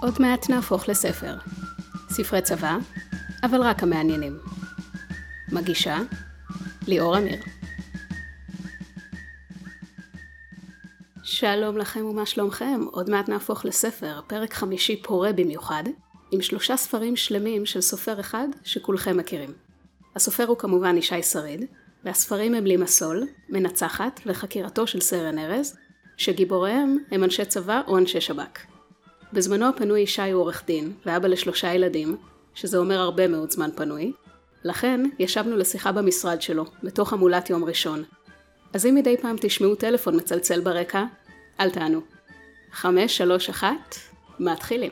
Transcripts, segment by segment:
עוד מעט נהפוך לספר. ספרי צבא, אבל רק המעניינים. מגישה, ליאור אמיר. שלום לכם ומה שלומכם, עוד מעט נהפוך לספר, פרק 5 פורה במיוחד, עם 3 ספרים שלמים של סופר אחד שכולכם מכירים. הסופר הוא כמובן ישי שריד, והספרים הם לימה סול, מנצחת וחקירתו של סרן ארז, שגיבוריהם הם אנשי צבא או אנשי שב"כ. בזמנו הפנוי ישי הוא עורך דין ואבא ל3 ילדים, שזה אומר הרבה מאוד זמן פנוי, לכן ישבנו לשיחה במשרד שלו, בתוך המולת יום ראשון. אז אם מדי פעם תשמעו טלפון מצלצל ברקע, אל תענו. 531, מתחילים.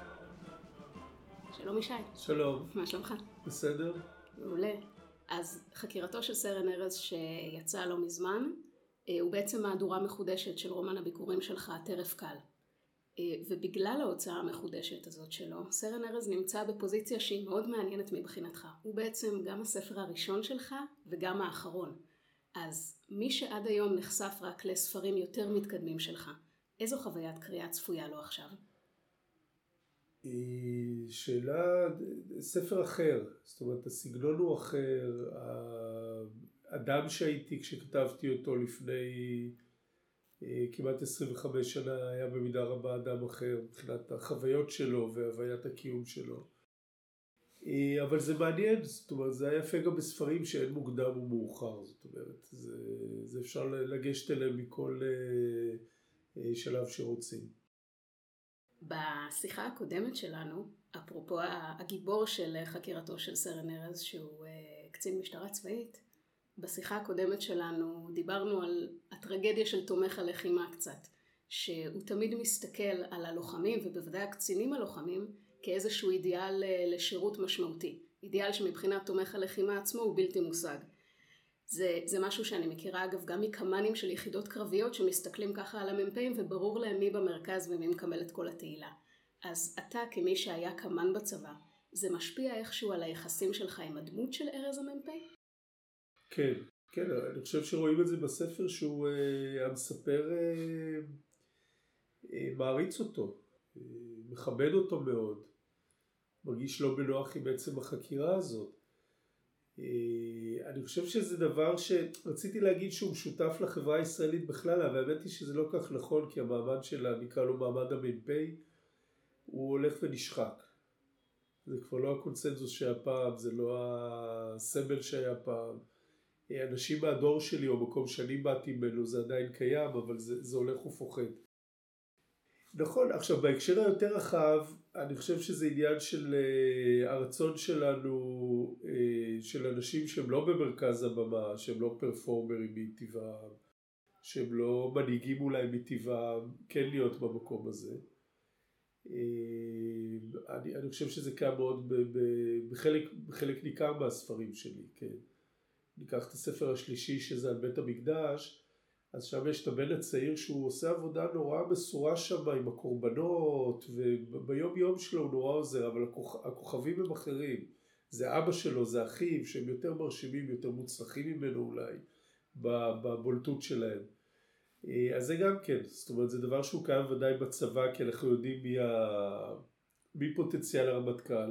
שלום ישי. שלום. מה שלומך? בסדר? מעולה. אז חקירתו של סרן ארז שיצא לא מזמן, הוא בעצם מהדורה מחודשת של רומן הביקורים שלך, טרף קל. ובגלל ההוצאה המחודשת הזאת שלו, סרן ארז נמצא בפוזיציה שהיא מאוד מעניינת מבחינתך. הוא בעצם גם הספר הראשון שלך וגם האחרון. אז מי שעד היום נחשף רק לספרים יותר מתקדמים שלך, איזו חוויית קריאה צפויה לו עכשיו? שאלה, ספר אחר, זאת אומרת הסגנון הוא אחר, האדם שהייתי כשכתבתי אותו לפני כמעט 25 שנה היה במידה רבה אדם אחר מבחינת החוויות שלו והוויית הקיום שלו. אבל זה מעניין, זאת אומרת זה היה יפה גם בספרים שאין מוקדם ומאוחר, זאת אומרת זה אפשר לגשת אליהם מכל שלב שרוצים. בשיחה הקודמת שלנו, אפרופו הגיבור של חקירתו של סרן ארז שהוא קצין משטרה צבאית, בשיחה הקודמת שלנו דיברנו על הטרגדיה של תומך הלחימה קצת, שהוא תמיד מסתכל על הלוחמים ובוודאי הקצינים הלוחמים כאיזשהו אידיאל לשירות משמעותי. אידיאל שמבחינת תומך הלחימה עצמו הוא בלתי מושג. זה משהו שאני מכירה אגב גם מקמ"נים של יחידות קרביות שמסתכלים ככה על המ"פים וברור להם מי במרכז ומי מקבל את כל התהילה. אז אתה כמי שהיה קמ"ן בצבא, זה משפיע איכשהו על היחסים שלך עם הדמות של ארז המ"פ? כן, כן, אני חושב שרואים את זה בספר שהוא המספר מעריץ אותו, מכבד אותו מאוד, מרגיש לא בנוח עם עצם החקירה הזאת. אני חושב שזה דבר שרציתי להגיד שהוא משותף לחברה הישראלית בכלל, אבל האמת היא שזה לא כך נכון, כי המעמד שלה, נקרא לו מעמד המ"פ, הוא הולך ונשחק. זה כבר לא הקונצנזוס שהיה פעם, זה לא הסמל שהיה פעם. אנשים מהדור שלי או מקום שאני באתי ממנו זה עדיין קיים, אבל זה הולך ופוחת. נכון, עכשיו בהקשר היותר רחב, אני חושב שזה עניין של הרצון שלנו, של אנשים שהם לא במרכז הבמה, שהם לא פרפורמרים מטבעם, שהם לא מנהיגים אולי מטבעם, כן להיות במקום הזה. אני חושב שזה קיים מאוד בחלק ניכר מהספרים שלי, כן. ניקח את הספר השלישי שזה על בית המקדש, אז שם יש את הבן הצעיר שהוא עושה עבודה נורא מסורה שם עם הקורבנות, וביום יום שלו הוא נורא עוזר, אבל הכוכבים הם אחרים. זה אבא שלו, זה אחיו, שהם יותר מרשימים, יותר מוצלחים ממנו אולי, בבולטות שלהם. אז זה גם כן, זאת אומרת זה דבר שהוא קיים ודאי בצבא, כי אנחנו יודעים מי פוטנציאל הרמטכ"ל,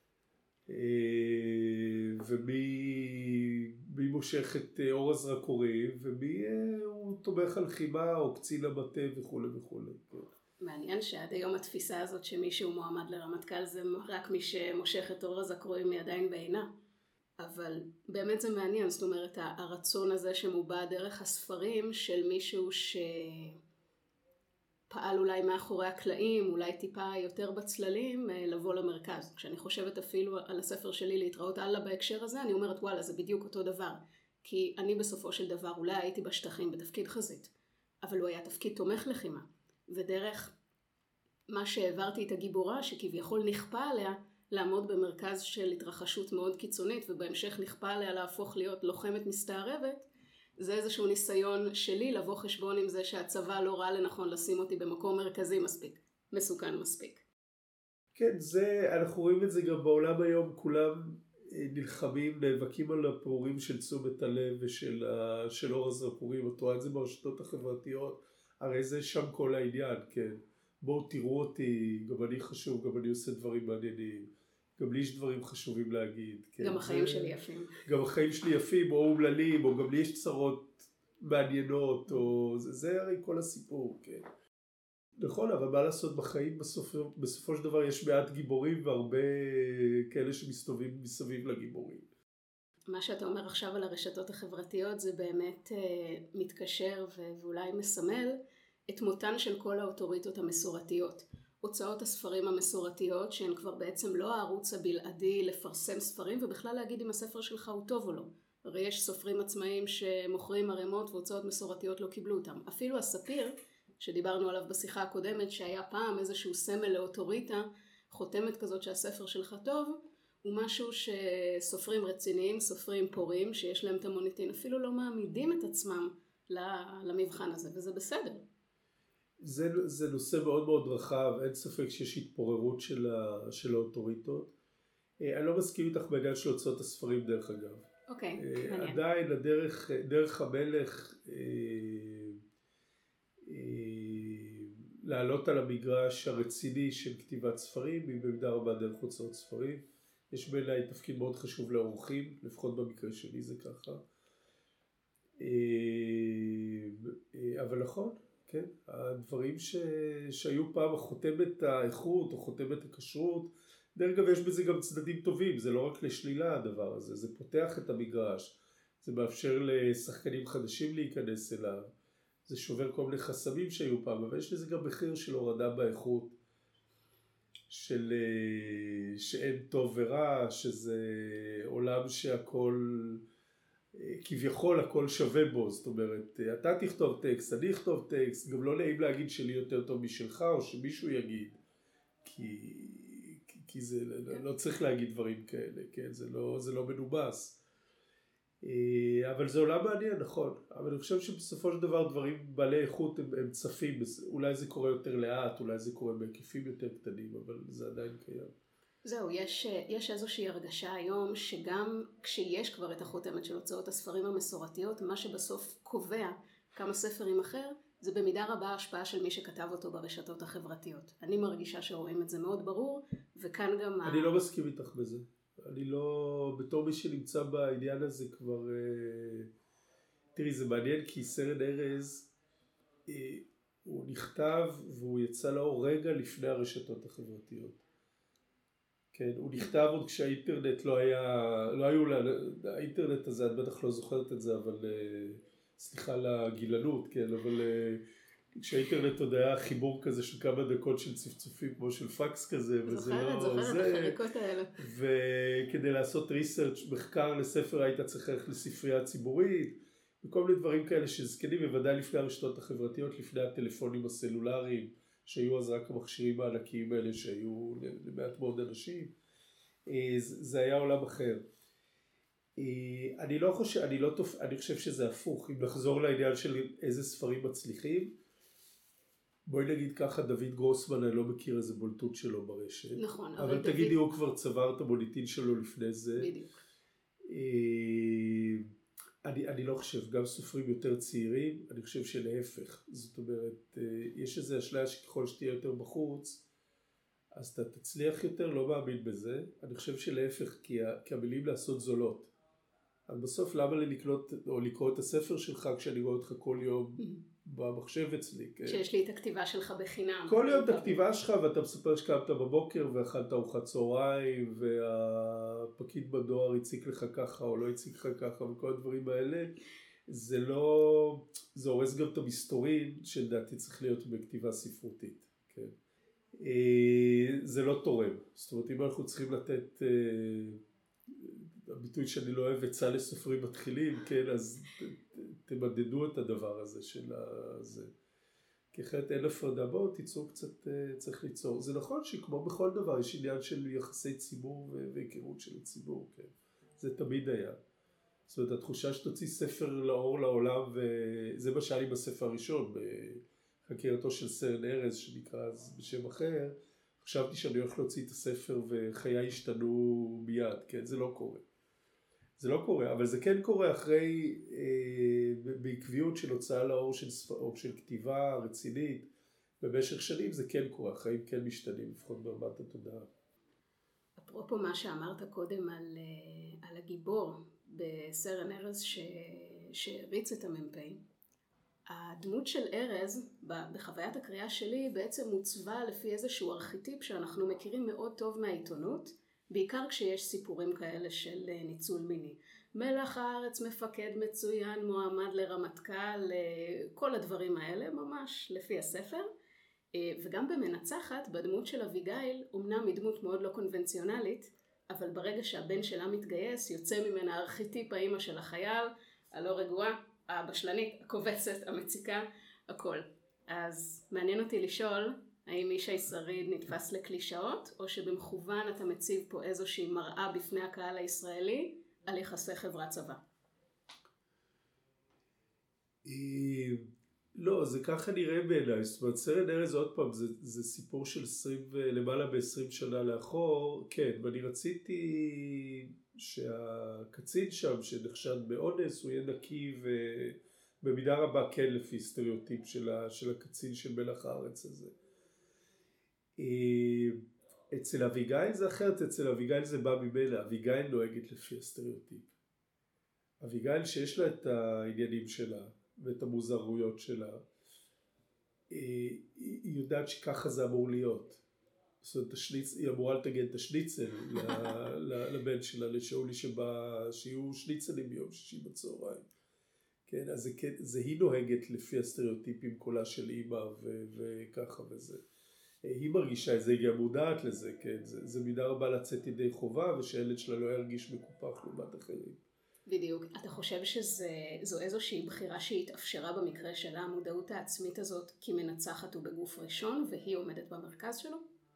ומי מושך את אור הזרקורים, ומי הוא תומך הלחימה או קצין המטה וכו' וכו'. מעניין שעד היום התפיסה הזאת שמישהו מועמד לרמטכ"ל זה רק מי שמושך את אור הזרקורים מעדיין בעינה. אבל באמת זה מעניין, זאת אומרת הרצון הזה שמובע דרך הספרים של מישהו שפעל אולי מאחורי הקלעים, אולי טיפה יותר בצללים, לבוא למרכז. כשאני חושבת אפילו על הספר שלי להתראות הלאה בהקשר הזה, אני אומרת וואלה זה בדיוק אותו דבר. כי אני בסופו של דבר אולי הייתי בשטחים בתפקיד חזית, אבל הוא היה תפקיד תומך לחימה. ודרך מה שהעברתי את הגיבורה שכביכול נכפה עליה, לעמוד במרכז של התרחשות מאוד קיצונית, ובהמשך נכפה עליה להפוך להיות לוחמת מסתערבת, זה איזשהו ניסיון שלי לבוא חשבון עם זה שהצבא לא ראה לנכון לשים אותי במקום מרכזי מספיק, מסוכן מספיק. כן, אנחנו רואים את זה גם בעולם היום, כולם נלחמים, נאבקים על הפירורים של תשומת הלב ושל אור הזרקורים, את רואה את זה ברשתות החברתיות, הרי זה שם כל העניין, כן. בואו תראו אותי, גם אני חשוב, גם אני עושה דברים מעניינים, גם לי יש דברים חשובים להגיד. כן? גם החיים שלי יפים. גם החיים שלי יפים, או אומללים, או גם לי יש צרות מעניינות, או זה הרי כל הסיפור, כן. נכון, אבל מה לעשות בחיים בסופו של דבר יש מעט גיבורים והרבה כאלה שמסתובבים מסביב לגיבורים. מה שאתה אומר עכשיו על הרשתות החברתיות זה באמת מתקשר ואולי מסמל את מותן של כל האוטוריטות המסורתיות. הוצאות הספרים המסורתיות שהן כבר בעצם לא הערוץ הבלעדי לפרסם ספרים ובכלל להגיד אם הספר שלך הוא טוב או לא. הרי יש סופרים עצמאיים שמוכרים ערימות והוצאות מסורתיות לא קיבלו אותם. אפילו הספיר שדיברנו עליו בשיחה הקודמת שהיה פעם איזשהו סמל לאוטוריטה, חותמת כזאת שהספר שלך טוב, הוא משהו שסופרים רציניים, סופרים פורים, שיש להם את המוניטין, אפילו לא מעמידים את עצמם למבחן הזה, וזה בסדר. זה נושא מאוד מאוד רחב, אין ספק שיש התפוררות של האוטוריטות. אני לא מסכים איתך בעניין של הוצאות הספרים דרך אגב. אוקיי, מעניין. עדיין דרך המלך לעלות על המגרש הרציני של כתיבת ספרים, היא במידה רבה דרך הוצאות ספרים. יש בעיניי תפקיד מאוד חשוב לאורחים, לפחות במקרה שלי זה ככה. אבל נכון, כן, הדברים שהיו פעם חותמת האיכות או חותמת הכשרות, דרך אגב יש בזה גם צדדים טובים, זה לא רק לשלילה הדבר הזה, זה פותח את המגרש, זה מאפשר לשחקנים חדשים להיכנס אליו, זה שובר כל מיני חסמים שהיו פעם, אבל יש לזה גם מחיר של הורדה באיכות, שאין טוב ורע, שזה עולם שהכל, כביכול הכל שווה בו, זאת אומרת, אתה תכתוב טקסט, אני אכתוב טקסט, גם לא נעים להגיד שלי יותר טוב משלך, או שמישהו יגיד, כי זה לא צריך להגיד דברים כאלה, כן? זה לא מנובס. אבל זה עולם מעניין, נכון. אבל אני חושב שבסופו של דבר דברים בעלי איכות הם צפים, אולי זה קורה יותר לאט, אולי זה קורה בהיקפים יותר קטנים, אבל זה עדיין קיים. זהו, יש איזושהי הרגשה היום שגם כשיש כבר את החותמת של הוצאות הספרים המסורתיות, מה שבסוף קובע כמה ספר יימכר, זה במידה רבה ההשפעה של מי שכתב אותו ברשתות החברתיות. אני מרגישה שרואים את זה מאוד ברור, וכאן גם... אני לא מסכים איתך בזה. אני לא, בתור מי שנמצא בעניין הזה כבר, תראי זה מעניין כי סרן ארז, הוא נכתב והוא יצא לאור רגע לפני הרשתות החברתיות. כן, הוא נכתב עוד כשהאינטרנט לא היו, האינטרנט הזה, את בטח לא זוכרת את זה, אבל סליחה לגילנות, כן, אבל כשהאינטרנט עוד היה חיבור כזה של כמה דקות של צפצופים כמו של פקס כזה, וזה לא... זוכרת, החריקות האלה. וכדי לעשות ריסרצ' מחקר לספר היית צריך ללכת לספרייה ציבורית, וכל מיני דברים כאלה שזקנים בוודאי לפני הרשתות החברתיות, לפני הטלפונים הסלולריים, שהיו אז רק המכשירים הענקיים האלה שהיו למעט מאוד אנשים, זה היה עולם אחר. אני חושב שזה הפוך, אם נחזור לעניין של איזה ספרים מצליחים, בואי נגיד ככה, דוד גרוסמן, אני לא מכיר איזה בולטות שלו ברשת. נכון, אבל תגידי, הוא כבר צבר את המוניטין שלו לפני זה. בדיוק. אני לא חושב, גם סופרים יותר צעירים, אני חושב שלהפך. זאת אומרת, יש איזו אשליה שככל שתהיה יותר בחוץ, אז אתה תצליח יותר, לא מאמין בזה. אני חושב שלהפך, כי המילים לעשות זולות. אז בסוף למה לי לקנות או לקרוא את הספר שלך כשאני רואה אותך כל יום במחשב אצלי? שיש לי את הכתיבה שלך בחינם. כל יום את הכתיבה שלך ואתה מספר שקמת בבוקר ואכלת ארוחת צהריים והפקיד בדואר הציק לך ככה או לא הציק לך ככה וכל הדברים האלה, זה לא, זה הורס גם את המסתורין שלדעתי צריך להיות בכתיבה ספרותית, כן? זה לא תורם, זאת אומרת אם אנחנו צריכים לתת הביטוי שאני לא אוהב עצה לסופרים מתחילים, כן, אז תמדדו את הדבר הזה של זה. כי אחרת אין הפרדה, בואו תיצור קצת, צריך ליצור. זה נכון שכמו בכל דבר יש עניין של יחסי ציבור והיכרות של הציבור, כן. זה תמיד היה. זאת אומרת, התחושה שתוציא ספר לאור לעולם, וזה מה שהיה לי בספר הראשון, בחקירתו של סרן ארז, שנקרא אז בשם אחר, חשבתי שאני הולך להוציא את הספר וחיי השתנו מיד, כן, זה לא קורה. זה לא קורה, אבל זה כן קורה אחרי, בעקביות של הוצאה לאור של כתיבה רצינית, במשך שנים זה כן קורה, החיים כן משתנים, לפחות ברמת התודעה. אפרופו מה שאמרת קודם על הגיבור בסרן ארז שהריץ את המ"פ, הדמות של ארז בחוויית הקריאה שלי בעצם מוצבה לפי איזשהו ארכיטיפ שאנחנו מכירים מאוד טוב מהעיתונות, בעיקר כשיש סיפורים כאלה של ניצול מיני. מלח הארץ, מפקד מצוין, מועמד לרמטכ"ל, כל הדברים האלה ממש לפי הספר. וגם במנצחת, בדמות של אביגיל, אומנם היא דמות מאוד לא קונבנציונלית, אבל ברגע שהבן שלה מתגייס, יוצא ממנה ארכיטיפ האמא של החייל, הלא רגועה, הבשלנית, הקובצת, המציקה, הכל. אז מעניין אותי לשאול, האם ישי שריד נתפס לקלישאות, או שבמכוון אתה מציב פה איזושהי מראה בפני הקהל הישראלי על יחסי חברה צבא? לא, זה ככה נראה בעיניי. זאת אומרת, סרן ארז עוד פעם, זה סיפור של למעלה ב-20 שנה לאחור. כן, ואני רציתי שהקצין שם שנחשד באונס, הוא יהיה נקי ובמידה רבה כן לפי סטריאוטיפ של הקצין של מלח הארץ הזה. אצל אביגיל זה אחרת, אצל אביגיל זה בא ממנה, אביגיל נוהגת לפי הסטריאוטיפ. אביגיל שיש לה את העניינים שלה ואת המוזרויות שלה, היא יודעת שככה זה אמור להיות. זאת אומרת, היא אמורה לתגן את השניצל לבן שלה, לשאולי שיהיו שניצלים ביום שישי בצהריים. כן, אז זה היא נוהגת לפי הסטריאוטיפים קולה של אימא וככה וזה. היא מרגישה את זה, היא גם מודעת לזה, כן, זה מידה רבה לצאת ידי חובה ושהילד שלה לא ירגיש מקופח לעומת אחרים. בדיוק. אתה חושב שזו איזושהי בחירה שהתאפשרה במקרה שלה, המודעות העצמית הזאת כמנצחת ובגוף ראשון, והיא עומדת במרכז שלו?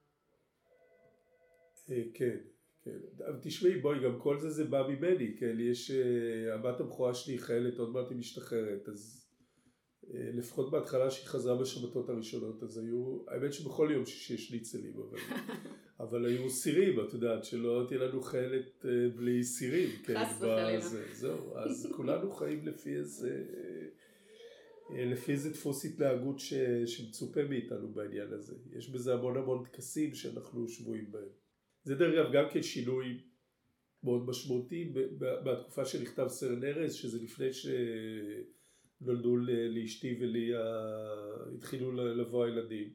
כן, כן. אבל תשמעי, בואי, גם כל זה בא ממני, כן, יש, הבת הבכורה שלי חיילת, עוד מעט היא משתחררת, אז לפחות בהתחלה שהיא חזרה בשבתות הראשונות, אז היו, האמת שבכל יום שיש ניצלים, אבל היו סירים, את יודעת, שלא תהיה לנו חיילת בלי סירים. חס וחלילה. זהו, אז כולנו חיים לפי איזה דפוס התנהגות שמצופה מאיתנו בעניין הזה. יש בזה המון טקסים שאנחנו שבויים בהם. זה דרך אגב גם כן שינוי מאוד משמעותי בתקופה שנכתב סרן ארז, שזה לפני נולדו לאשתי ולי, התחילו לבוא הילדים.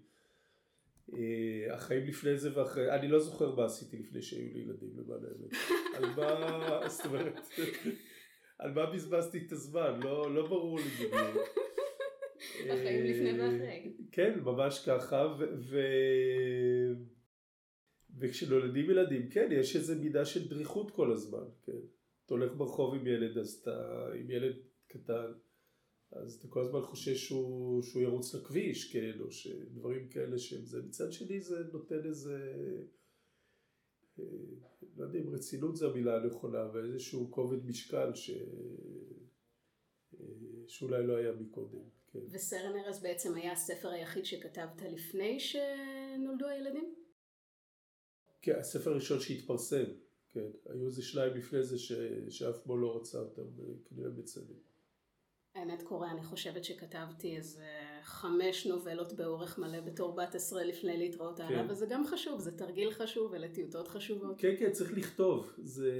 החיים לפני זה ואחרי, אני לא זוכר מה עשיתי לפני שהיו לי ילדים, למען האמת. על מה, זאת אומרת, על מה בזבזתי את הזמן, לא ברור לי בדיוק. החיים לפני ואחרי. כן, ממש ככה, וכשנולדים ילדים, כן, יש איזו מידה של דריכות כל הזמן, כן. אתה הולך ברחוב עם ילד, אז אתה, עם ילד קטן, אז אתה כל הזמן חושש שהוא ירוץ לכביש, כן, או שדברים כאלה שהם זה. מצד שני זה נותן איזה, לא יודע אם רצינות זה המילה הנכונה, ואיזשהו כובד משקל שאולי לא היה מקודם. כן. וסרן ארז בעצם היה הספר היחיד שכתבת לפני שנולדו הילדים? כן, הספר הראשון שהתפרסם, כן. היו איזה שניים לפני זה שאף בו לא רצה אותם, כנראה בצדק. האמת קורה, אני חושבת שכתבתי איזה 5 נובלות באורך מלא בתור בת 10 לפני להתראות הלאה, וזה גם חשוב, זה תרגיל חשוב, אלה טיוטות חשובות. כן, כן, צריך לכתוב,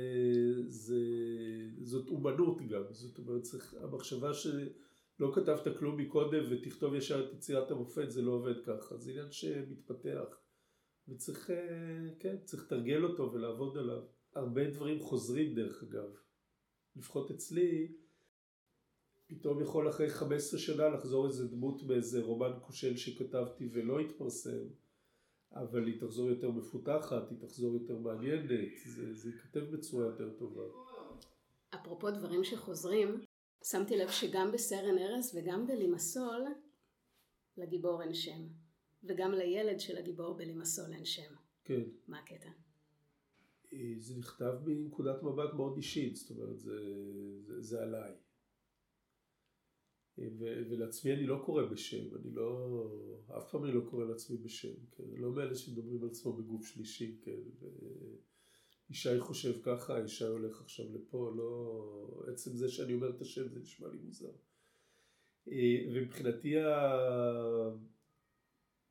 זאת אומנות גם, זאת אומרת, המחשבה שלא כתבת כלום מקודם ותכתוב ישר את יצירת המופת, זה לא עובד ככה, זה עניין שמתפתח, וצריך, כן, צריך תרגל אותו ולעבוד עליו. הרבה דברים חוזרים דרך אגב, לפחות אצלי, פתאום יכול אחרי 15 שנה לחזור איזה דמות באיזה רומן כושל שכתבתי ולא התפרסם, אבל היא תחזור יותר מפותחת, היא תחזור יותר מעניינת, זה ייכתב בצורה יותר טובה. אפרופו דברים שחוזרים, שמתי לב שגם בסרן ארז וגם בלימסול לגיבור אין שם, וגם לילד של הגיבור בלימסול אין שם. כן. מה הקטע? זה נכתב מנקודת מבט מאוד אישית, זאת אומרת, זה עליי. ולעצמי אני לא קורא בשם, אף פעם אני לא קורא לעצמי בשם, כן? לא מאלה שמדברים על עצמו בגוף שלישי, כן? ישי חושב ככה, ישי הולך עכשיו לפה, לא, עצם זה שאני אומר את השם זה נשמע לי מוזר. ומבחינתי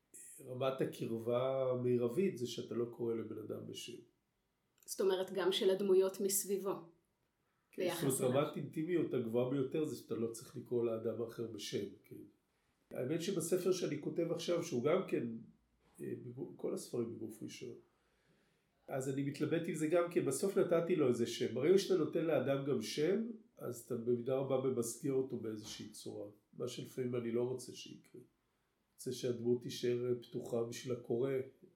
רמת הקרבה המרבית זה שאתה לא קורא לבן אדם בשם. זאת אומרת גם של הדמויות מסביבו. זאת אומרת, רמת אינטימיות הגבוהה ביותר זה שאתה לא צריך לקרוא לאדם אחר בשם. כן. האמת שבספר שאני כותב עכשיו, שהוא גם כן, כל הספרים בגוף ראשון, אז אני מתלבט עם זה גם כן, בסוף נתתי לו איזה שם. ברגע שאתה נותן לאדם גם שם, אז אתה במידה רבה ממסגר אותו באיזושהי צורה. מה שלפעמים אני לא רוצה שיקרה. רוצה שהדמות תישאר פתוחה בשביל הקורא.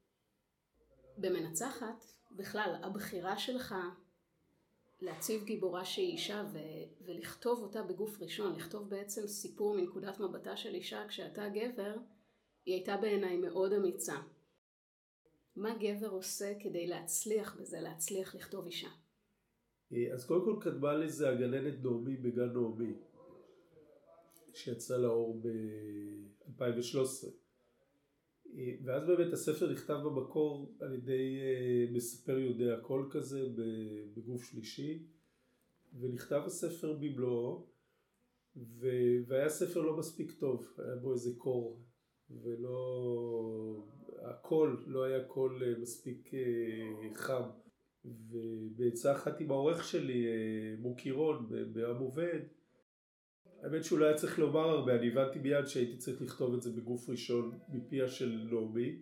במנצחת, בכלל, הבחירה שלך להציב גיבורה שהיא אישה ולכתוב אותה בגוף ראשון, לכתוב בעצם סיפור מנקודת מבטה של אישה כשאתה גבר, היא הייתה בעיניי מאוד אמיצה. מה גבר עושה כדי להצליח בזה, להצליח לכתוב אישה? אז קודם כל קדמה לזה הגננת נעמי בגן נעמי, שיצא לאור ב-2013. ואז באמת הספר נכתב במקור על ידי מספר יודע הכל כזה בגוף שלישי, ונכתב הספר במלואו, והיה ספר לא מספיק טוב, היה בו איזה קור, ולא, הקול לא היה קול מספיק חם. ובעצה אחת עם העורך שלי, מוקירון, בעם עובד, האמת שהוא לא היה צריך לומר הרבה, אני הבנתי מיד שהייתי צריך לכתוב את זה בגוף ראשון מפיה של נעמי,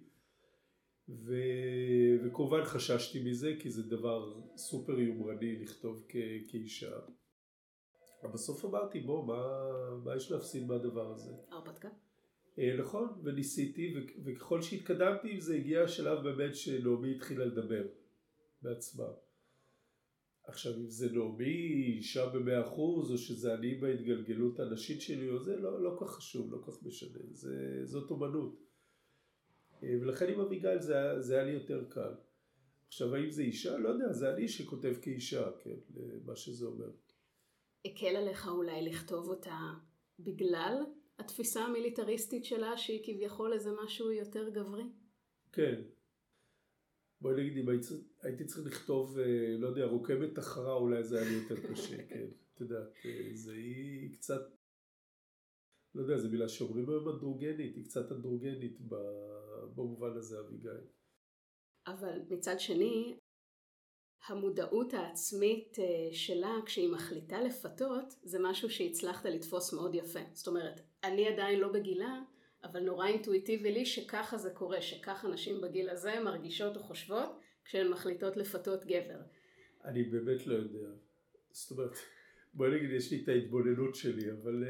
וכמובן חששתי מזה כי זה דבר סופר יומרני לכתוב כאישה. אבל בסוף אמרתי בוא, מה יש להפסיד מהדבר הזה? הרפתקה? נכון, וניסיתי, וככל שהתקדמתי עם זה הגיע השלב באמת שנעמי התחילה לדבר בעצמה. עכשיו אם זה נעמי אישה ב100% או שזה אני בהתגלגלות הנשית שלי או זה לא כך חשוב, לא כך משנה, זאת אומנות. ולכן עם אביגיל זה היה לי יותר קל. עכשיו האם זה אישה? לא יודע, זה אני שכותב כאישה, כן, מה שזה אומר. הקל עליך אולי לכתוב אותה בגלל התפיסה המיליטריסטית שלה שהיא כביכול איזה משהו יותר גברי? כן. בואי נגיד, אם הייתי צריך לכתוב, לא יודע, רוקמת אחרה, אולי זה היה לי יותר קשה, כן. אתה יודע, זה היא קצת, לא יודע, זו מילה שאומרים היום אנדרוגנית, היא קצת אנדרוגנית במובן הזה, אביגיל. אבל מצד שני, המודעות העצמית שלה כשהיא מחליטה לפתות, זה משהו שהצלחת לתפוס מאוד יפה. זאת אומרת, אני עדיין לא בגילה, אבל נורא אינטואיטיבי לי שככה זה קורה, שככה נשים בגיל הזה מרגישות או חושבות כשהן מחליטות לפתות גבר. אני באמת לא יודע. זאת אומרת, בוא נגיד, יש לי את ההתבוננות שלי, אבל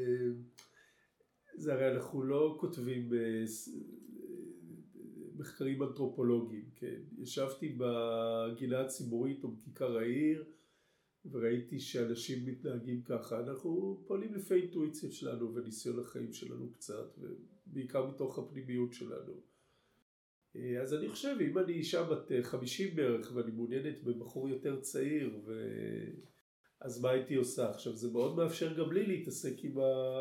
זה הרי אנחנו לא כותבים מחקרים אנתרופולוגיים, כן. ישבתי בגינה הציבורית או בכיכר העיר, וראיתי שאנשים מתנהגים ככה. אנחנו פועלים לפי אינטואיציות שלנו וניסיון החיים שלנו קצת, ובעיקר מתוך הפנימיות שלנו. אז אני חושב, אם אני אישה בת 50 בערך, ואני מעוניינת בבחור יותר צעיר, אז מה הייתי עושה? עכשיו, זה מאוד מאפשר גם לי להתעסק עם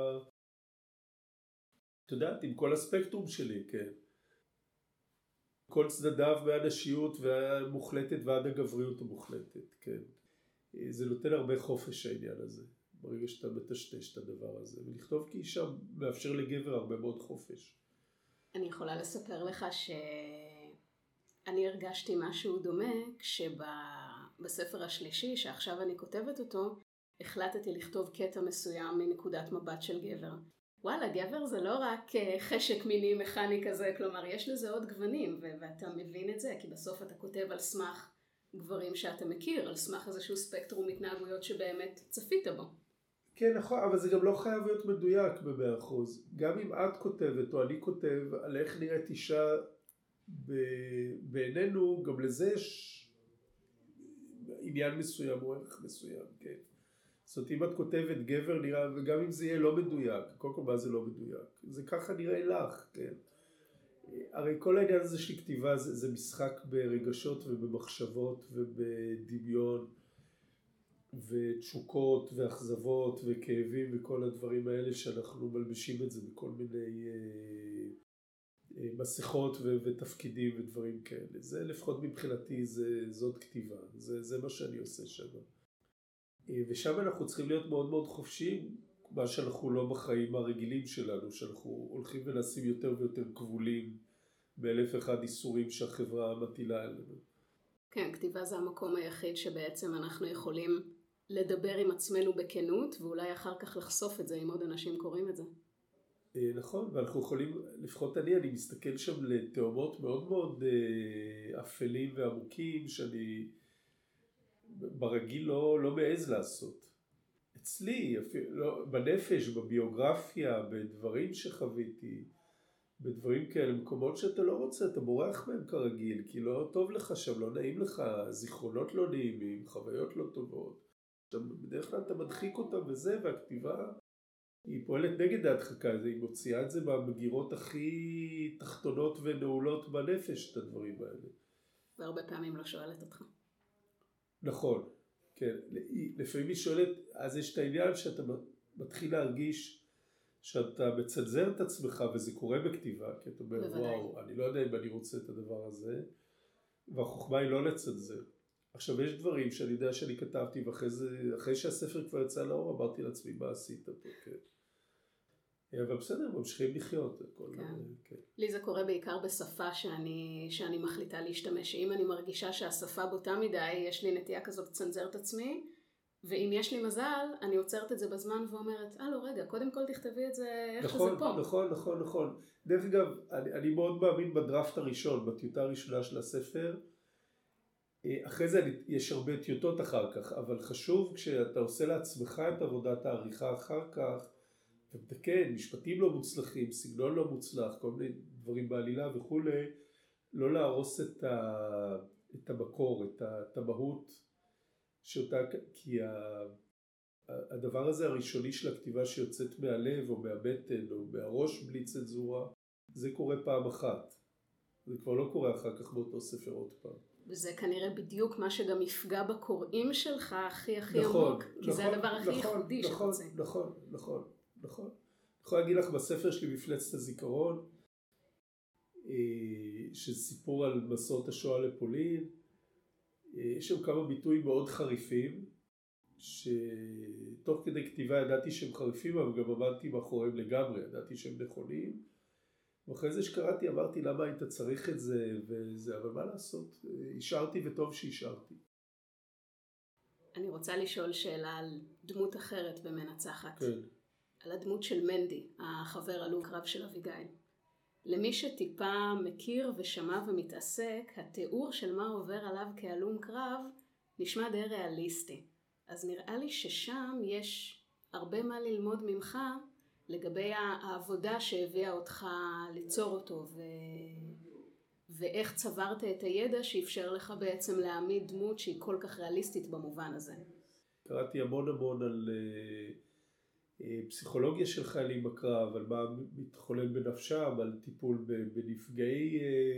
אתה יודעת, עם כל הספקטרום שלי, כן. כל צדדיו מהנשיות והמוחלטת ועד הגבריות המוחלטת, כן. זה נותן הרבה חופש העניין הזה, ברגע שאתה מטשטש את הדבר הזה, ולכתוב כאישה מאפשר לגבר הרבה מאוד חופש. אני יכולה לספר לך שאני הרגשתי משהו דומה כשבספר השלישי, שעכשיו אני כותבת אותו, החלטתי לכתוב קטע מסוים מנקודת מבט של גבר. וואלה, גבר זה לא רק חשק מיני מכני כזה, כלומר יש לזה עוד גוונים, ואתה מבין את זה, כי בסוף אתה כותב על סמך גברים שאתה מכיר, על סמך איזשהו ספקטרום התנהגויות שבאמת צפית בו. כן, נכון, אבל זה גם לא חייב להיות מדויק ב100%. גם אם את כותבת או אני כותב על איך נראית אישה בעינינו, גם לזה יש עניין מסוים או ערך מסוים, כן. זאת אומרת, אם את כותבת גבר נראה, וגם אם זה יהיה לא מדויק, קודם כל מה זה לא מדויק? זה ככה נראה לך, כן. הרי כל העניין הזה של כתיבה זה משחק ברגשות ובמחשבות ובדמיון ותשוקות ואכזבות וכאבים וכל הדברים האלה שאנחנו מלבשים את זה בכל מיני מסכות ותפקידים ודברים כאלה. זה לפחות מבחינתי זאת כתיבה, זה מה שאני עושה שם. ושם אנחנו צריכים להיות מאוד מאוד חופשיים, מה שאנחנו לא בחיים הרגילים שלנו, שאנחנו הולכים ונעשים יותר ויותר כבולים באלף אחד איסורים שהחברה מטילה עלינו. כן, כתיבה זה המקום היחיד שבעצם אנחנו יכולים לדבר עם עצמנו בכנות, ואולי אחר כך לחשוף את זה אם עוד אנשים קוראים את זה. נכון, ואנחנו יכולים, לפחות אני מסתכל שם לתאומות מאוד מאוד אפלים ועמוקים, שאני ברגיל לא מעז לעשות. אצלי, בנפש, בביוגרפיה, בדברים שחוויתי, בדברים כאלה, מקומות שאתה לא רוצה, אתה בורח מהם כרגיל, כי לא טוב לך שם, לא נעים לך, זיכרונות לא נעימים, חוויות לא טובות. בדרך כלל אתה מדחיק אותם וזה, והכתיבה היא פועלת נגד ההדחקה, היא מוציאה את זה במגירות הכי תחתונות ונעולות בנפש, את הדברים האלה. והרבה פעמים לא שואלת אותך. נכון, כן. לפעמים היא שואלת, אז יש את העניין שאתה מתחיל להרגיש שאתה מצנזר את עצמך, וזה קורה בכתיבה, כי אתה אומר, וואו, אני לא יודע אם אני רוצה את הדבר הזה, והחוכמה היא לא לצנזר. עכשיו, יש דברים שאני יודע שאני כתבתי, ואחרי שהספר כבר יצא לאור, אמרתי לעצמי, מה עשית פה, כן. אבל בסדר, ממשיכים לחיות. כן. לי זה קורה בעיקר בשפה שאני מחליטה להשתמש. אם אני מרגישה שהשפה בוטה מדי, יש לי נטייה כזאת לצנזר את עצמי, ואם יש לי מזל, אני עוצרת את זה בזמן ואומרת, לא רגע, קודם כל תכתבי את זה איך שזה פה. נכון. דרך אגב, אני מאוד מאמין בדראפט הראשון, בטיוטה הראשונה של הספר. אחרי זה יש הרבה טיוטות אחר כך, אבל חשוב כשאתה עושה לעצמך את עבודת העריכה אחר כך, ומתקן, משפטים לא מוצלחים, סגנון לא מוצלח, כל מיני דברים בעלילה וכו', לא להרוס את המקור, את המהות שאותה, כי הדבר הזה הראשוני של הכתיבה שיוצאת מהלב או מהבטן או מהראש בלי צנזורה, זה קורה פעם אחת. זה כבר לא קורה אחר כך באותו ספר עוד פעם. וזה כנראה בדיוק מה שגם יפגע בקוראים שלך הכי עמוק, כי זה הדבר הכי ייחודי שרוצה. נכון. אני יכול להגיד לך בספר שלי מפלצת הזיכרון, שסיפור על מסעות השואה לפולין, יש שם כמה ביטויים מאוד חריפים, שתוך כדי כתיבה ידעתי שהם חריפים, אבל גם עמדתי מאחוריהם לגמרי, ידעתי שהם נכונים. ואחרי זה שקראתי אמרתי למה היית צריך את זה וזה, אבל מה לעשות? השארתי וטוב שהשארתי. אני רוצה לשאול שאלה על דמות אחרת במנצחת. כן. על הדמות של מנדי, החבר הלום קרב של אביגיל. למי שטיפה מכיר ושמע ומתעסק, התיאור של מה עובר עליו כהלום קרב נשמע די ריאליסטי. אז נראה לי ששם יש הרבה מה ללמוד ממך לגבי העבודה שהביאה אותך ליצור אותו ואיך צברת את הידע שאפשר לך בעצם להעמיד דמות שהיא כל כך ריאליסטית במובן הזה. קראתי המון על פסיכולוגיה של חיילים בקרב, על מה מתחולל בנפשם, על טיפול בנפגעי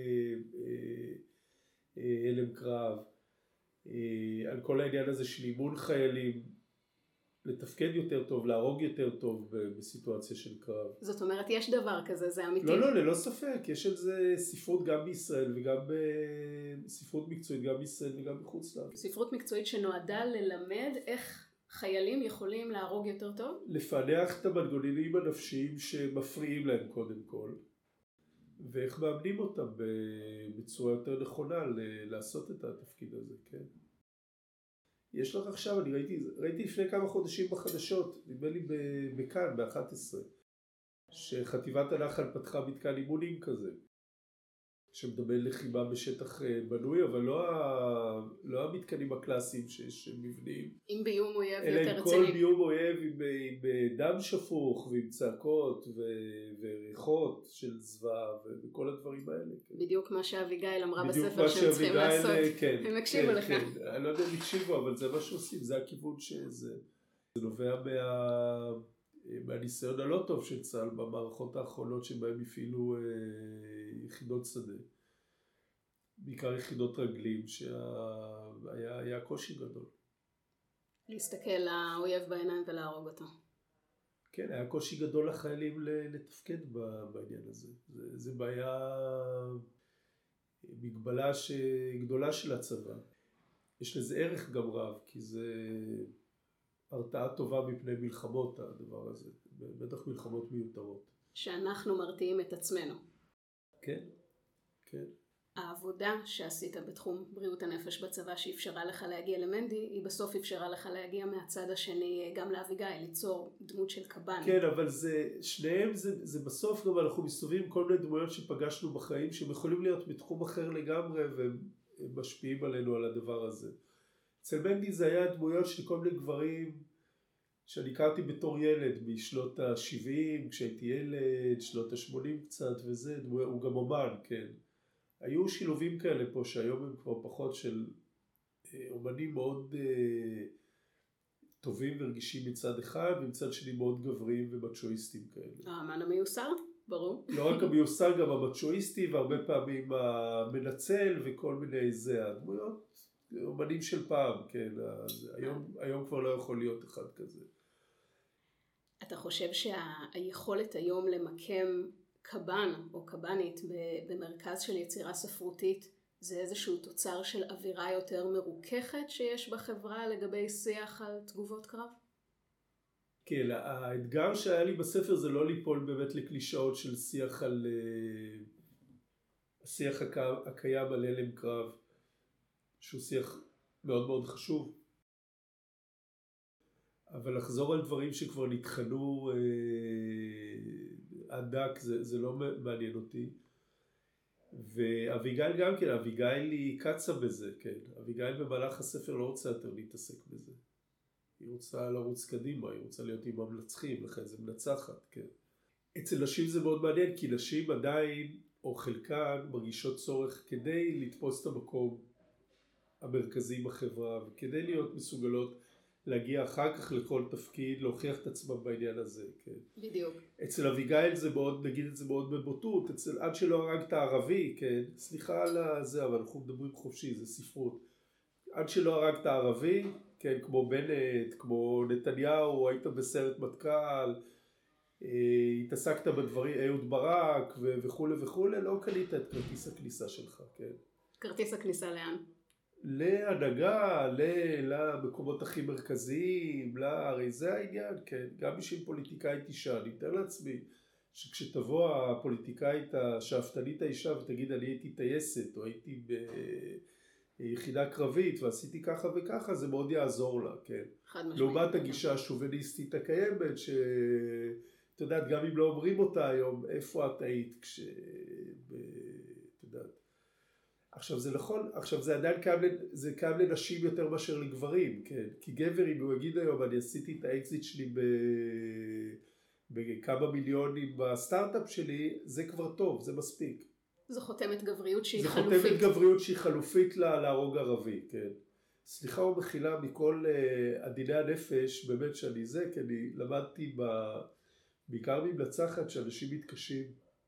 הלם קרב, על כל העניין הזה של אימון חיילים, לתפקד יותר טוב, להרוג יותר טוב בסיטואציה של קרב. זאת אומרת, יש דבר כזה, זה אמיתי? לא, ללא ספק. יש על זה ספרות גם בישראל וגם ספרות מקצועית גם בישראל וגם בחוץ לארץ. ספרות מקצועית שנועדה ללמד איך חיילים יכולים להרוג יותר טוב? לפענח את המנגנונים הנפשיים שמפריעים להם קודם כל, ואיך מאמנים אותם בצורה יותר נכונה לעשות את התפקיד הזה, כן? יש לך עכשיו, אני ראיתי לפני כמה חודשים בחדשות, נדמה לי בכאן, ב-11, שחטיבת הנחל פתחה מתקן אימונים כזה, שמדבר לחימה בשטח בנוי, אבל לא המתקנים הקלאסיים שיש מבנים. עם ביום אויב יותר רציני. אלא עם כל ביום אויב, עם דם שפוך, ועם צעקות, וריחות של זוועה, וכל הדברים האלה. בדיוק מה שאביגיל אמרה בספר שהם צריכים לעשות. הם הקשיבו לך. אני לא יודע אם הקשיבו, אבל זה מה שעושים, זה הכיוון שזה. זה נובע מהניסיון הלא טוב של צה"ל במערכות האחרונות שבהם הפעילו יחידות שדה. בעיקר יחידות רגלים שהיה קושי גדול. להסתכל לאויב בעיניים ולהרוג אותו. כן, היה קושי גדול לחיילים לתפקד בעניין הזה. זה בעיה, מגבלה גדולה של הצבא. יש לזה ערך גם רב, כי זה הרתעה טובה מפני מלחמות, הדבר הזה. בטח מלחמות מיותרות. שאנחנו מרתיעים את עצמנו. כן. כן. העבודה שעשית בתחום בריאות הנפש בצבא שאפשרה לך להגיע למנדי, היא בסוף אפשרה לך להגיע מהצד השני גם לאביגיל, ליצור דמות של קב"ן. כן, אבל שניהם זה בסוף גם אנחנו מסתובבים כל מיני דמויות שפגשנו בחיים, שהם יכולים להיות בתחום אחר לגמרי, והם משפיעים עלינו על הדבר הזה. אצל מנדי זה היה דמויות של כל מיני גברים שאני הכרתי בתור ילד, משנות ה-70, כשהייתי ילד, שנות ה-80 קצת, וזה, הוא גם אומן, כן. היו שילובים כאלה פה שהיום הם כבר פחות של אומנים מאוד טובים ורגישים מצד אחד, ומצד שני מאוד גבריים ומצ'ואיסטים כאלה. האמן המיוסר, ברור. לא רק המיוסר, גם המצ'ואיסטי, והרבה פעמים המנצל וכל מיני זה, הדמויות, אומנים של פעם, כן. היום כבר לא יכול להיות אחד כזה. אתה חושב שהיכולת היום למקם קב"ן או קב"נית במרכז של יצירה ספרותית זה איזשהו תוצר של אווירה יותר מרוככת שיש בחברה לגבי שיח על תגובות קרב? כן, האתגר שהיה לי בספר זה לא ליפול באמת לקלישאות של שיח על השיח הקיים על הלם קרב, שהוא שיח מאוד מאוד חשוב. אבל לחזור על דברים שכבר נתחנו עד דק, זה לא מעניין אותי. ואביגיל גם כן, אביגיל היא קצה בזה, כן. אביגיל במהלך הספר לא רוצה יותר להתעסק בזה. היא רוצה לרוץ קדימה, היא רוצה להיות עם המנצחים, לכן זה מנצחת, כן. אצל נשים זה מאוד מעניין, כי נשים עדיין, או חלקן, מרגישות צורך כדי לתפוס את המקום המרכזי בחברה, וכדי להיות מסוגלות להגיע אחר כך לכל תפקיד, להוכיח את עצמם בעניין הזה, כן. בדיוק. אצל אביגיל זה מאוד, נגיד את זה מאוד בבוטות, עד שלא הרגת ערבי, כן, סליחה על זה, אבל אנחנו מדברים חופשי, זה ספרות. עד שלא הרגת ערבי, כן, כמו בנט, כמו נתניהו, היית בסרט מטכ"ל, התעסקת בדברים, אהוד ברק וכו' וכו', לא קנית את כרטיס הכניסה שלך, כן. כרטיס הכניסה לאן? להנהגה, למקומות הכי מרכזיים, הרי זה העניין, כן, גם בשביל פוליטיקאית אישה, אני מתאר לעצמי שכשתבוא הפוליטיקאית השאפתנית האישה ותגיד אני הייתי טייסת או הייתי ביחידה קרבית ועשיתי ככה וככה, זה מאוד יעזור לה, כן. לעומת הגישה השוביניסטית הקיימת, שאת יודעת, גם אם לא אומרים אותה היום, איפה את היית את יודעת. עכשיו זה נכון, עכשיו זה עדיין קיים לנשים יותר מאשר לגברים, כן? כי גבר אם הוא יגיד היום אני עשיתי את האקזיט שלי בכמה מיליונים בסטארט-אפ שלי, זה כבר טוב, זה מספיק. זו חותמת גבריות שהיא חלופית. זה חותמת גבריות שהיא חלופית להרוג ערבי, כן. סליחה ומחילה מכל עדיני הנפש, באמת שאני זה, כי אני למדתי בעיקר ממלצחת שאנשים מתקשים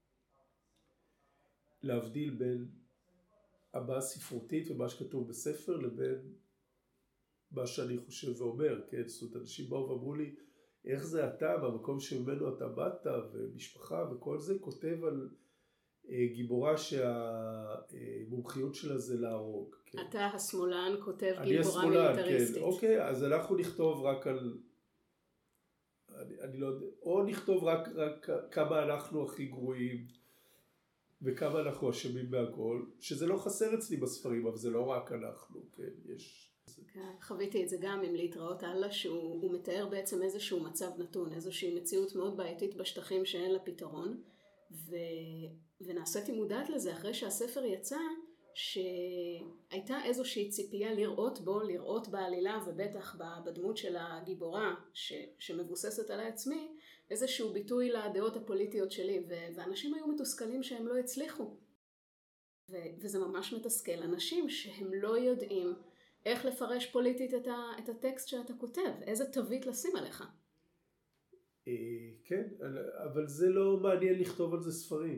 להבדיל בין הבעה ספרותית ומה שכתוב בספר לבין מה שאני חושב ואומר, כן? זאת אומרת, אנשים באו ואמרו לי, איך זה אתה, במקום שממנו אתה באת, ומשפחה וכל זה, כותב על גיבורה שהמומחיות שלה זה להרוג. כן? אתה השמאלן כותב גיבורה מיליטריסטית. כן. אוקיי, אז אנחנו נכתוב רק על, אני לא יודע, או נכתוב רק כמה אנחנו הכי גרועים, וכמה אנחנו אשמים בהכל, שזה לא חסר אצלי בספרים, אבל זה לא רק אנחנו, כן, יש... חוויתי את זה גם עם להתראות הלאה, שהוא מתאר בעצם איזשהו מצב נתון, איזושהי מציאות מאוד בעייתית בשטחים שאין לה פתרון, ונעשיתי מודעת לזה אחרי שהספר יצא, שהייתה איזושהי ציפייה לראות בעלילה, ובטח בדמות של הגיבורה שמבוססת על עצמי, איזשהו ביטוי לדעות הפוליטיות שלי, ואנשים היו מתוסכלים שהם לא הצליחו. וזה ממש מתסכל אנשים שהם לא יודעים איך לפרש פוליטית את הטקסט שאתה כותב, איזה תווית לשים עליך. כן, אבל זה לא מעניין לכתוב על זה ספרים.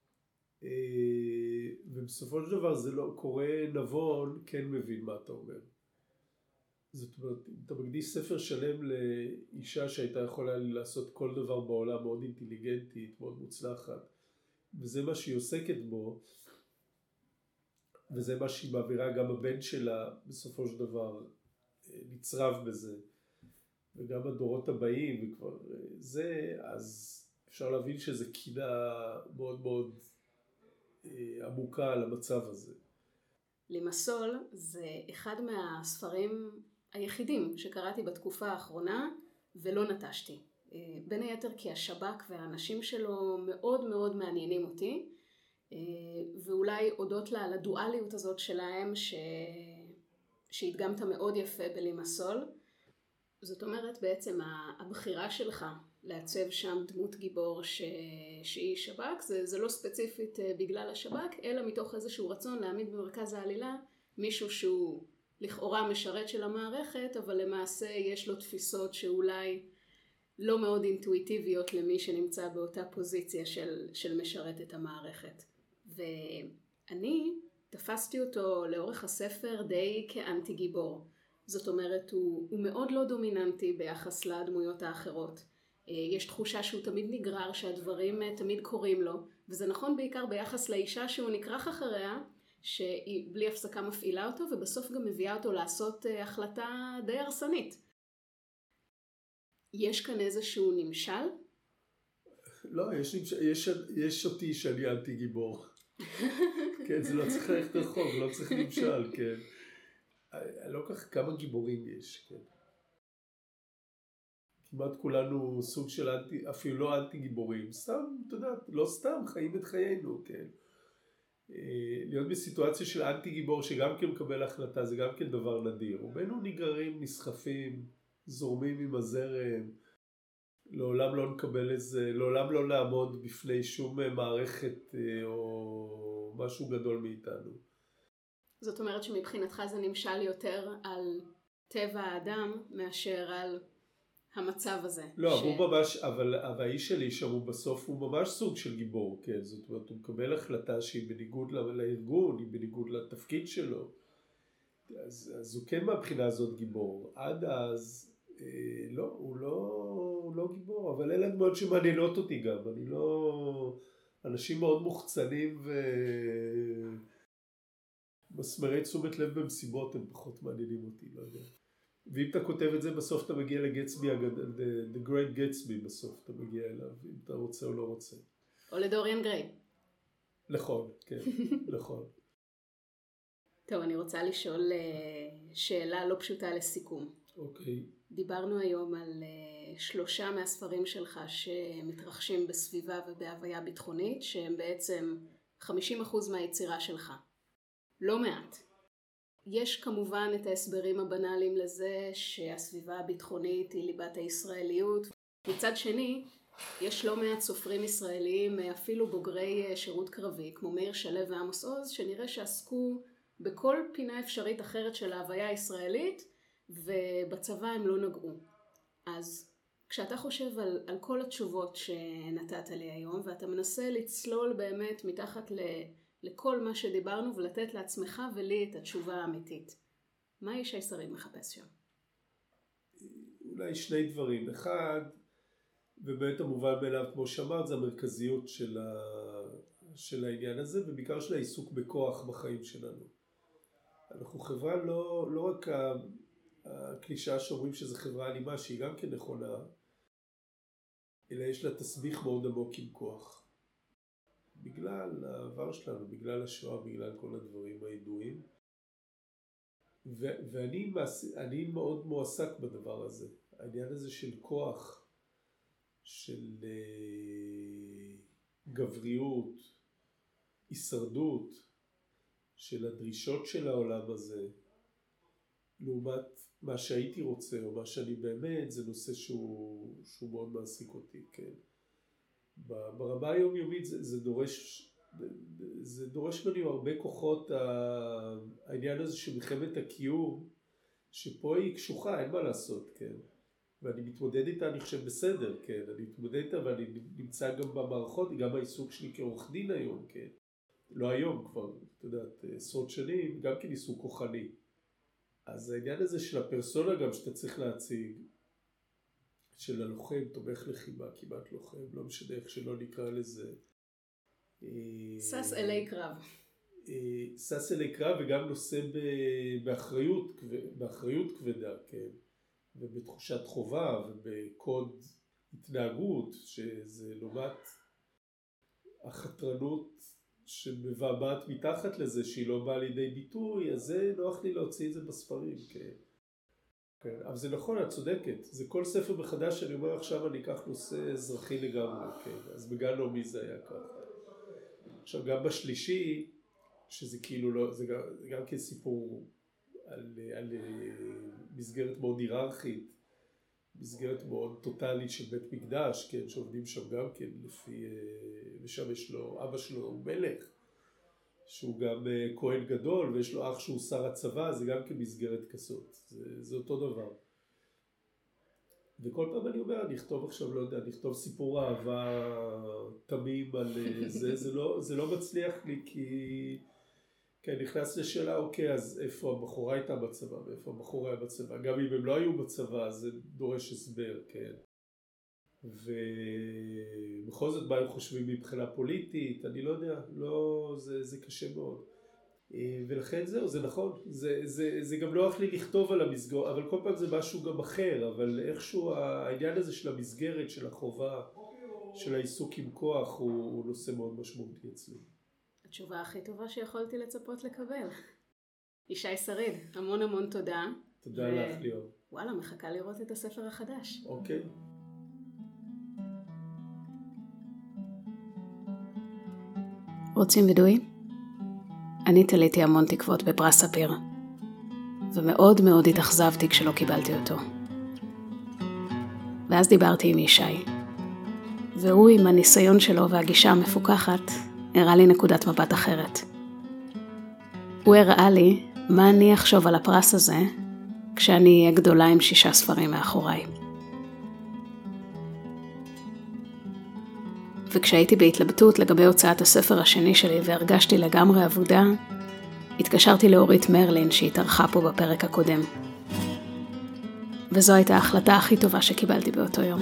ובסופו של דבר זה לא, קורא נבון כן מבין מה אתה אומר. זאת אומרת, אם אתה מקדיש ספר שלם לאישה שהייתה יכולה לעשות כל דבר בעולם, מאוד אינטליגנטית, מאוד מוצלחת, וזה מה שהיא עוסקת בו, וזה מה שהיא מעבירה, גם הבן שלה בסופו של דבר נצרב בזה, וגם הדורות הבאים, וכבר זה, אז אפשר להבין שזה קינה מאוד מאוד עמוקה על המצב הזה. לימסול זה אחד מהספרים היחידים שקראתי בתקופה האחרונה ולא נטשתי. בין היתר כי השב"כ והאנשים שלו מאוד מאוד מעניינים אותי, ואולי הודות לדואליות הזאת שלהם שהדגמת מאוד יפה בלימסול. זאת אומרת בעצם הבחירה שלך לעצב שם דמות גיבור שהיא שב"כ, זה לא ספציפית בגלל השב"כ, אלא מתוך איזשהו רצון להעמיד במרכז העלילה מישהו שהוא לכאורה משרת של המערכת, אבל למעשה יש לו תפיסות שאולי לא מאוד אינטואיטיביות למי שנמצא באותה פוזיציה של משרת את המערכת. ואני תפסתי אותו לאורך הספר די כאנטי גיבור. זאת אומרת, הוא מאוד לא דומיננטי ביחס לדמויות האחרות. יש תחושה שהוא תמיד נגרר, שהדברים תמיד קורים לו, וזה נכון בעיקר ביחס לאישה שהוא נקרח אחריה, שהיא בלי הפסקה מפעילה אותו, ובסוף גם מביאה אותו לעשות החלטה די הרסנית. יש כאן איזשהו נמשל? לא, יש אותי שאני אנטי גיבור. כן, זה לא צריך ללכת רחוק, לא צריך נמשל, כן. לא כך כמה גיבורים יש, כן. כמעט כולנו סוג של אנטי, אפילו לא אנטי גיבורים, סתם, אתה יודע, לא סתם חיים את חיינו, כן. להיות בסיטואציה של אנטי גיבור שגם כן מקבל החלטה, זה גם כן דבר נדיר. רובנו נגררים, נסחפים, זורמים עם הזרם, לעולם לא נקבל איזה, לעולם לא לעמוד בפני שום מערכת או משהו גדול מאיתנו. זאת אומרת שמבחינתך זה נמשל יותר על טבע האדם מאשר על המצב הזה. לא, הוא ממש, אבל האיש שלי שם הוא בסוף, הוא ממש סוג של גיבור, כן? זאת אומרת, הוא מקבל החלטה שהיא בניגוד לארגון, היא בניגוד לתפקיד שלו. אז הוא כן מהבחינה הזאת גיבור. עד אז, לא, הוא לא גיבור, אבל אלה דמות שמעניינות אותי גם. אני לא... אנשים מאוד מוחצנים מסמרי תשומת לב במסיבות, הם פחות מעניינים אותי, לא יודע. ואם אתה כותב את זה, בסוף אתה מגיע לגצבי, The Great Gatsby בסוף אתה מגיע אליו, אם אתה רוצה או לא רוצה. או לדוריאן גריי. נכון, כן, נכון. טוב, אני רוצה לשאול שאלה לא פשוטה לסיכום. אוקיי. דיברנו היום על 3 מהספרים שלך שמתרחשים בסביבה ובהוויה ביטחונית, שהם בעצם 50% מהיצירה שלך. לא מעט. יש כמובן את ההסברים הבנאליים לזה שהסביבה הביטחונית היא ליבת הישראליות. מצד שני, יש לא מעט סופרים ישראליים, אפילו בוגרי שירות קרבי, כמו מאיר שלו ועמוס עוז, שנראה שעסקו בכל פינה אפשרית אחרת של ההוויה הישראלית, ובצבא הם לא נגעו. אז כשאתה חושב על כל התשובות שנתת לי היום, ואתה מנסה לצלול באמת מתחת לכל מה שדיברנו ולתת לעצמך ולי את התשובה האמיתית, מה ישי שריד מחפש שם? אולי 2 דברים. אחד, ובאמת המובן מאליו, כמו שאמרת, זה המרכזיות של העניין הזה, ובעיקר של העיסוק בכוח בחיים שלנו. אנחנו חברה לא רק הקלישאה שאומרים שזו חברה אלימה, שהיא גם כן נכונה, אלא יש לה תסביך מאוד עמוק עם כוח. בגלל העבר שלנו, בגלל השואה, בגלל כל הדברים הידועים. ואני מאוד מועסק בדבר הזה. העניין הזה של כוח, של גבריות, הישרדות, של הדרישות של העולם הזה, לעומת מה שהייתי רוצה או מה שאני באמת, זה נושא שהוא מאוד מעסיק אותי, כן. ברמה היומיומית זה דורש ממני הרבה כוחות, העניין הזה של מלחמת הקיום, שפה היא קשוחה, אין מה לעשות, כן. ואני מתמודד איתה, אני חושב בסדר, כן. אני מתמודד איתה ואני נמצא גם במערכות, גם העיסוק שלי כעורך דין היום, כן. לא היום כבר, אתה יודעת, 10 שנים, גם כן עיסוק כוחני. אז העניין הזה של הפרסונה גם שאתה צריך להציג, של הלוחם, תומך לחימה, כמעט לוחם, לא משנה איך שלא נקרא לזה. סס אלי קרב. סס אלי קרב וגם נושא באחריות כבדה, כן. ובתחושת חובה ובקוד התנהגות, שזה לעומת החתרנות שמבעבעת מתחת לזה, שהיא לא באה לידי ביטוי, אז זה נוח לי להוציא את זה בספרים, כן. כן, אבל זה נכון, את צודקת. זה כל ספר מחדש שאני אומר עכשיו אני אקח נושא אזרחי לגמרי, כן. אז בגן לאומי זה היה ככה. עכשיו גם בשלישי, שזה כאילו לא, זה גם כן סיפור על מסגרת מאוד היררכית, מסגרת מאוד טוטלית של בית מקדש, כן, שעובדים שם גם כן לפי, ושם יש לו, אבא שלו הוא מלך, שהוא גם כהן גדול, ויש לו אח שהוא שר הצבא, זה גם כמסגרת כזאת, זה אותו דבר. וכל פעם אני אומר, אני אכתוב עכשיו, לא יודע, אני אכתוב סיפור אהבה תמים על זה, זה לא מצליח לי, כי אני נכנס לשאלה, אוקיי, אז איפה הבחורה הייתה בצבא, ואיפה הבחור היה בצבא, גם אם הם לא היו בצבא, זה דורש הסבר, כן. ובכל זאת מה הם חושבים מבחינה פוליטית, אני לא יודע, לא, זה קשה מאוד. ולכן זהו, זה נכון, זה גם לא אך לי לכתוב על המסגרת, אבל כל פעם זה משהו גם אחר, אבל איכשהו העניין הזה של המסגרת, של החובה, של העיסוק עם כוח, הוא נושא מאוד משמעותי אצלי. התשובה הכי טובה שיכולתי לצפות לקבל. ישי שריד, המון המון תודה. תודה לך ליאור. וואלה, מחכה לראות את הספר החדש. אוקיי. רוצים וידוי? אני תליתי המון תקוות בפרס ספיר, ומאוד מאוד התאכזבתי כשלא קיבלתי אותו. ואז דיברתי עם ישי, והוא עם הניסיון שלו והגישה המפוקחת, הראה לי נקודת מבט אחרת. הוא הראה לי מה אני אחשוב על הפרס הזה, כשאני אהיה גדולה עם 6 ספרים מאחוריי. וכשהייתי בהתלבטות לגבי הוצאת הספר השני שלי והרגשתי לגמרי עבודה, התקשרתי לאורית מרלין שהתארחה פה בפרק הקודם. וזו הייתה ההחלטה הכי טובה שקיבלתי באותו יום.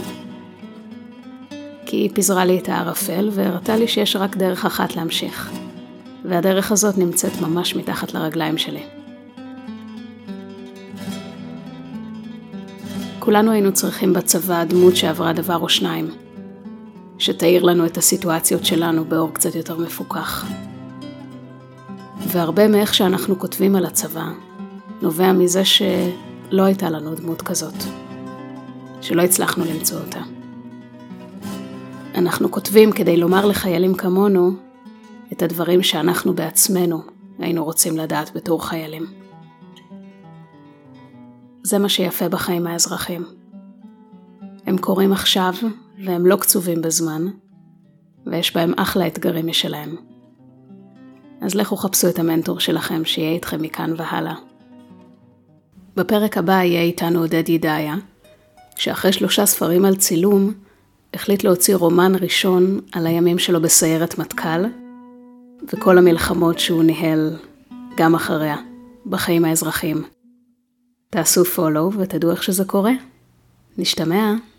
כי היא פיזרה לי את הערפל והראתה לי שיש רק דרך אחת להמשיך. והדרך הזאת נמצאת ממש מתחת לרגליים שלי. כולנו היינו צריכים בצבא דמות שעברה דבר או שניים. שתאיר לנו את הסיטואציות שלנו באור קצת יותר מפוקח. והרבה מאיך שאנחנו כותבים על הצבא, נובע מזה שלא הייתה לנו דמות כזאת. שלא הצלחנו למצוא אותה. אנחנו כותבים כדי לומר לחיילים כמונו, את הדברים שאנחנו בעצמנו היינו רוצים לדעת בתור חיילים. זה מה שיפה בחיים האזרחים. הם קוראים עכשיו, והם לא קצובים בזמן, ויש בהם אחלה אתגרים משלהם. אז לכו חפשו את המנטור שלכם שיהיה איתכם מכאן והלאה. בפרק הבא יהיה איתנו עודד ידעיה, שאחרי 3 ספרים על צילום, החליט להוציא רומן ראשון על הימים שלו בסיירת מטכ"ל, וכל המלחמות שהוא ניהל גם אחריה, בחיים האזרחיים. תעשו פולו ותדעו איך שזה קורה. נשתמע.